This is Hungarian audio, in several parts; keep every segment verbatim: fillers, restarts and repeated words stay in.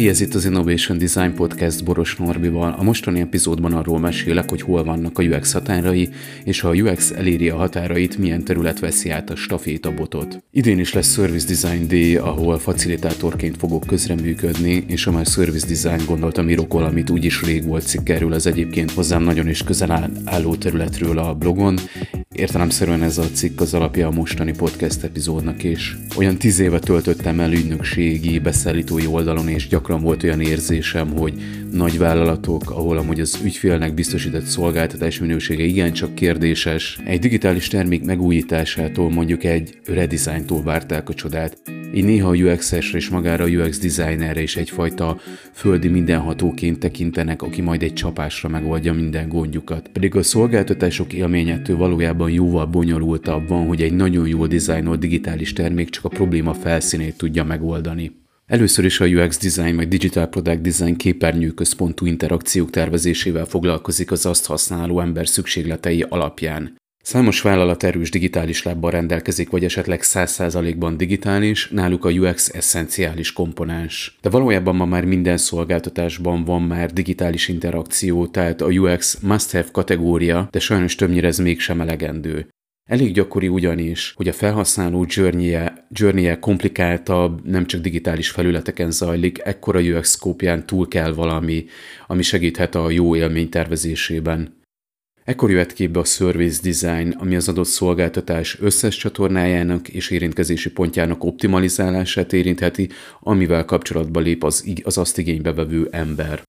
Hey, ez itt az Innovation Design Podcast Boros Norbival. A mostani epizódban arról mesélek, hogy hol vannak a u iksz határai, és ha a u iksz eléri a határait, milyen terület veszi át a stafétabotot. Idén is lesz Service Design Day, ahol facilitátorként fogok közreműködni, és ha már Service Design gondoltam, írok valamit, úgyis rég volt cikk erről az egyébként hozzám nagyon is közel álló területről a blogon. Értelemszerűen ez a cikk az alapja a mostani podcast epizódnak is. Olyan tíz éve töltöttem el ügynökségi, beszállítói oldalon, és gyakran volt olyan érzésem, hogy nagy vállalatok, ahol amúgy az ügyfélnek biztosított szolgáltatás minősége igencsak kérdéses, egy digitális termék megújításától, mondjuk egy redesigntól várták a csodát. Így néha a u iksz-esre és magára a u iksz designerre is egyfajta földi mindenhatóként tekintenek, aki majd egy csapásra megoldja minden gondjukat. Pedig a szolgáltatások élményettől valójában jóval bonyolultabb van, hogy egy nagyon jól dizájnolt digitális termék csak a probléma felszínét tudja megoldani. Először is a u iksz Design vagy Digital Product Design képernyőközpontú interakciók tervezésével foglalkozik az azt használó ember szükségletei alapján. Számos vállalat erős digitális lábbal rendelkezik, vagy esetleg száz százalékban digitális, náluk a u iksz esszenciális komponens. De valójában ma már minden szolgáltatásban van már digitális interakció, tehát a u iksz must-have kategória, de sajnos többnyire ez mégsem elegendő. Elég gyakori ugyanis, hogy a felhasználó journey-je, journey-je komplikáltabb, nem csak digitális felületeken zajlik, ekkora u iksz szkópján túl kell valami, ami segíthet a jó élmény tervezésében. Ekkor jöhet képbe a Service Design, ami az adott szolgáltatás összes csatornájának és érintkezési pontjának optimalizálását érintheti, amivel kapcsolatba lép az, az azt igénybe vevő ember.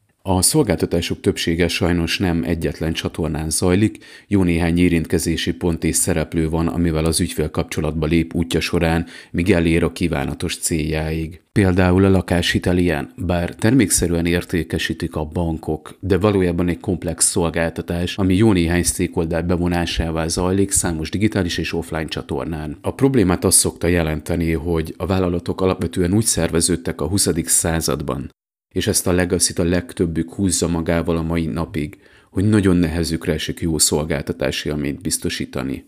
A szolgáltatások többsége sajnos nem egyetlen csatornán zajlik, jó néhány érintkezési pont és szereplő van, amivel az ügyfél kapcsolatba lép útja során, míg elér a kívánatos céljáig. Például a lakáshitel ilyen, bár termékszerűen értékesítik a bankok, de valójában egy komplex szolgáltatás, ami jó néhány stakeholder bevonásával zajlik számos digitális és offline csatornán. A problémát azt szokta jelenteni, hogy a vállalatok alapvetően úgy szerveződtek a huszadik században, és ezt a legacy-t a legtöbbük húzza magával a mai napig, hogy nagyon nehezükre esik jó szolgáltatási élményt biztosítani.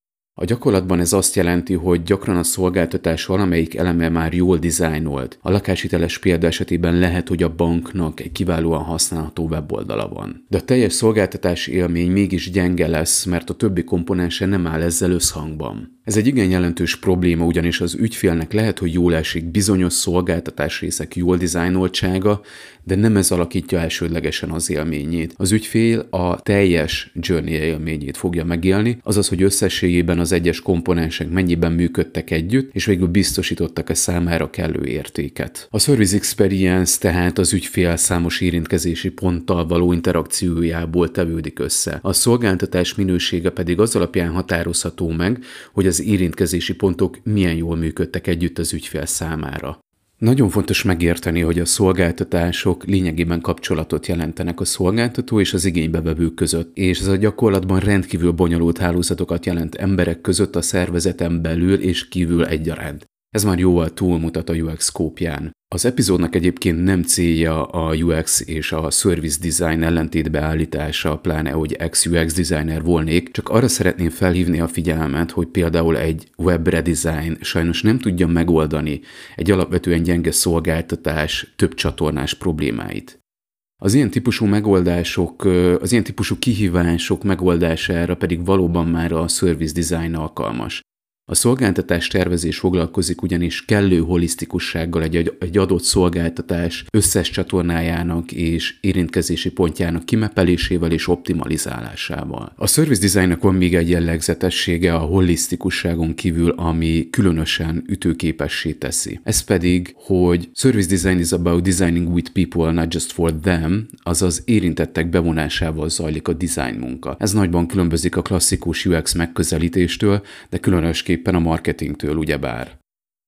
A gyakorlatban ez azt jelenti, hogy gyakran a szolgáltatás valamelyik eleme már jól dizájnolt. A lakáshiteles példa esetében lehet, hogy a banknak egy kiválóan használható weboldala van. De a teljes szolgáltatási élmény mégis gyenge lesz, mert a többi komponense nem áll ezzel összhangban. Ez egy igen jelentős probléma, ugyanis az ügyfélnek lehet, hogy jól esik bizonyos szolgáltatás részek jól dizájnoltsága, de nem ez alakítja elsődlegesen az élményét. Az ügyfél a teljes journey élményét fogja megélni, azaz, hogy összességében az egyes komponensek mennyiben működtek együtt, és végül biztosítottak-e számára kellő értéket. A Service Experience tehát az ügyfél számos érintkezési ponttal való interakciójából tevődik össze. A szolgáltatás minősége pedig az alapján határozható meg, hogy az érintkezési pontok milyen jól működtek együtt az ügyfél számára. Nagyon fontos megérteni, hogy a szolgáltatások lényegében kapcsolatot jelentenek a szolgáltató és az igénybevevő között, és ez a gyakorlatban rendkívül bonyolult hálózatokat jelent emberek között a szervezeten belül és kívül egyaránt. Ez már jóval túlmutat a u iksz szkópján. Az epizódnak egyébként nem célja a u iksz és a Service Design ellentétbe állítása, pláne hogy ex-u iksz designer volnék, csak arra szeretném felhívni a figyelmet, hogy például egy web redesign sajnos nem tudja megoldani egy alapvetően gyenge szolgáltatás több csatornás problémáit. Az ilyen típusú megoldások, az ilyen típusú kihívások megoldására pedig valóban már a Service Design alkalmas. A szolgáltatás tervezés foglalkozik ugyanis kellő holisztikussággal egy, egy adott szolgáltatás összes csatornájának és érintkezési pontjának kimepelésével és optimalizálásával. A Service Designnak van még egy jellegzetessége a holisztikusságon kívül, ami különösen ütőképessé teszi. Ez pedig, hogy Service Design is about designing with people, not just for them, azaz érintettek bevonásával zajlik a design munka. Ez nagyban különbözik a klasszikus u iksz megközelítéstől, de különösképpen éppen a marketingtől ugyebár.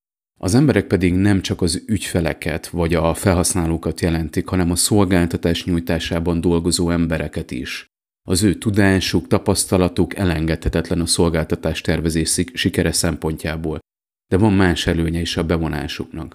Az emberek pedig nem csak az ügyfeleket vagy a felhasználókat jelentik, hanem a szolgáltatás nyújtásában dolgozó embereket is. Az ő tudásuk, tapasztalatuk elengedhetetlen a szolgáltatás tervezés sikere szempontjából, de van más előnye is a bevonásuknak.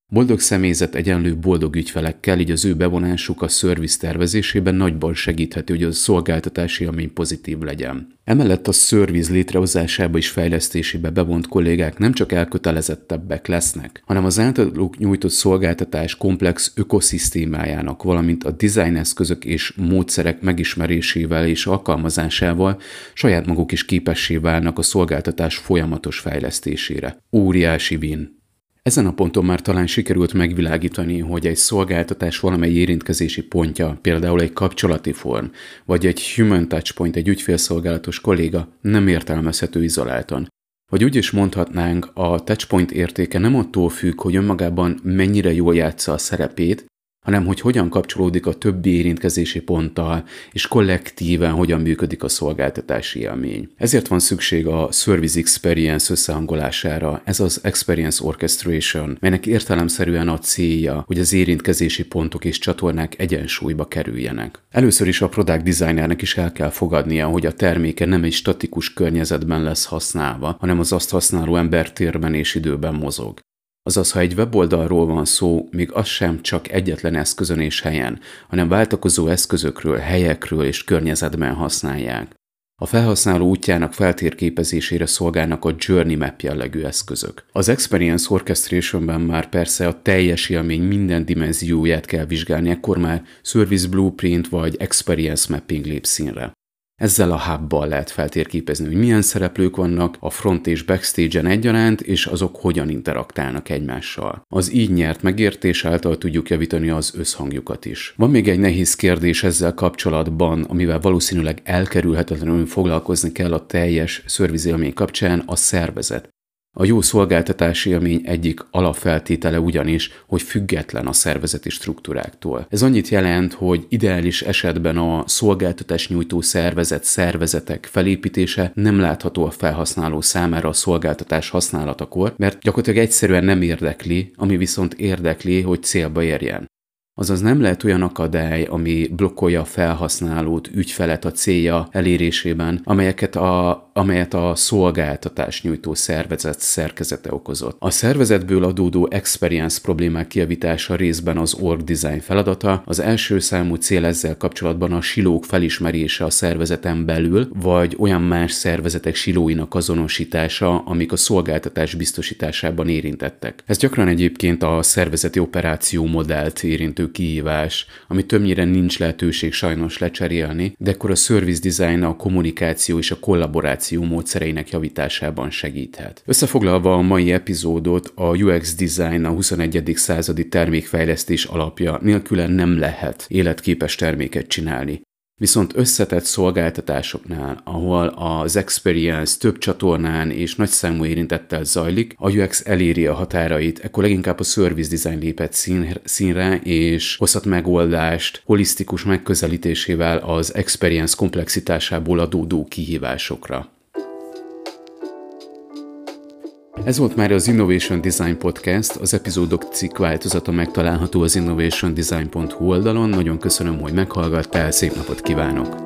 Boldog személyzet egyenlő boldog ügyfelekkel, így az ő bevonásuk a szerviz tervezésében nagyban segítheti, hogy a szolgáltatási élmény pozitív legyen. Emellett a szerviz létrehozásába és fejlesztésébe bevont kollégák nem csak elkötelezettebbek lesznek, hanem az általuk nyújtott szolgáltatás komplex ökoszisztémájának, valamint a design eszközök és módszerek megismerésével és alkalmazásával saját maguk is képessé válnak a szolgáltatás folyamatos fejlesztésére. Óriási win! Ezen a ponton már talán sikerült megvilágítani, hogy egy szolgáltatás valamely érintkezési pontja, például egy kapcsolati form, vagy egy human touchpoint, egy ügyfélszolgálatos kolléga nem értelmezhető izoláltan. Vagy úgy is mondhatnánk, a touchpoint értéke nem attól függ, hogy önmagában mennyire jól játsza a szerepét, hanem hogy hogyan kapcsolódik a többi érintkezési ponttal, és kollektíven hogyan működik a szolgáltatási élmény. Ezért van szükség a Service Experience összehangolására, ez az Experience Orchestration, melynek értelemszerűen a célja, hogy az érintkezési pontok és csatornák egyensúlyba kerüljenek. Először is a product designernek is el kell fogadnia, hogy a terméke nem egy statikus környezetben lesz használva, hanem az azt használó ember térben és időben mozog. Azaz, ha egy weboldalról van szó, még az sem csak egyetlen eszközön és helyen, hanem váltakozó eszközökről, helyekről és környezetben használják. A felhasználó útjának feltérképezésére szolgálnak a Journey Map jellegű eszközök. Az Experience Orchestrationben már persze a teljes élmény minden dimenzióját kell vizsgálni, ekkor már Service Blueprint vagy Experience Mapping lép színre. Ezzel a hubbal lehet feltérképezni, hogy milyen szereplők vannak a front és backstage-en egyaránt, és azok hogyan interaktálnak egymással. Az így nyert megértés által tudjuk javítani az összhangjukat is. Van még egy nehéz kérdés ezzel kapcsolatban, amivel valószínűleg elkerülhetetlenül foglalkozni kell a teljes szervizélmény kapcsán, a szervezet. A jó szolgáltatási élmény egyik alapfeltétele ugyanis, hogy független a szervezeti struktúráktól. Ez annyit jelent, hogy ideális esetben a szolgáltatás nyújtó szervezet, szervezetek felépítése nem látható a felhasználó számára a szolgáltatás használatakor, mert gyakorlatilag egyszerűen nem érdekli, ami viszont érdekli, hogy célba érjen. Azaz nem lehet olyan akadály, ami blokkolja a felhasználót, ügyfelet a célja elérésében, amelyeket a, amelyet a szolgáltatás nyújtó szervezet szerkezete okozott. A szervezetből adódó experience problémák kijavítása részben az org design feladata, az első számú cél ezzel kapcsolatban a silók felismerése a szervezeten belül, vagy olyan más szervezetek silóinak azonosítása, amik a szolgáltatás biztosításában érintettek. Ez gyakran egyébként a szervezeti operáció modellt érintő kihívás, ami többnyire nincs lehetőség sajnos lecserélni, de akkor a service design a kommunikáció és a kollaboráció módszereinek javításában segíthet. Összefoglalva a mai epizódot, a u exo design a huszonegyedik századi termékfejlesztés alapja, nélküle nem lehet életképes terméket csinálni. Viszont összetett szolgáltatásoknál, ahol az experience több csatornán és nagyszámú érintettel zajlik, a u exo eléri a határait, ekkor leginkább a service design lépett szín, színre és hozhat megoldást holisztikus megközelítésével az experience komplexitásából adódó kihívásokra. Ez volt már az Innovation Design Podcast, az epizódok cikk változata megtalálható az innovation design pont hu oldalon. Nagyon köszönöm, hogy meghallgattál, szép napot kívánok!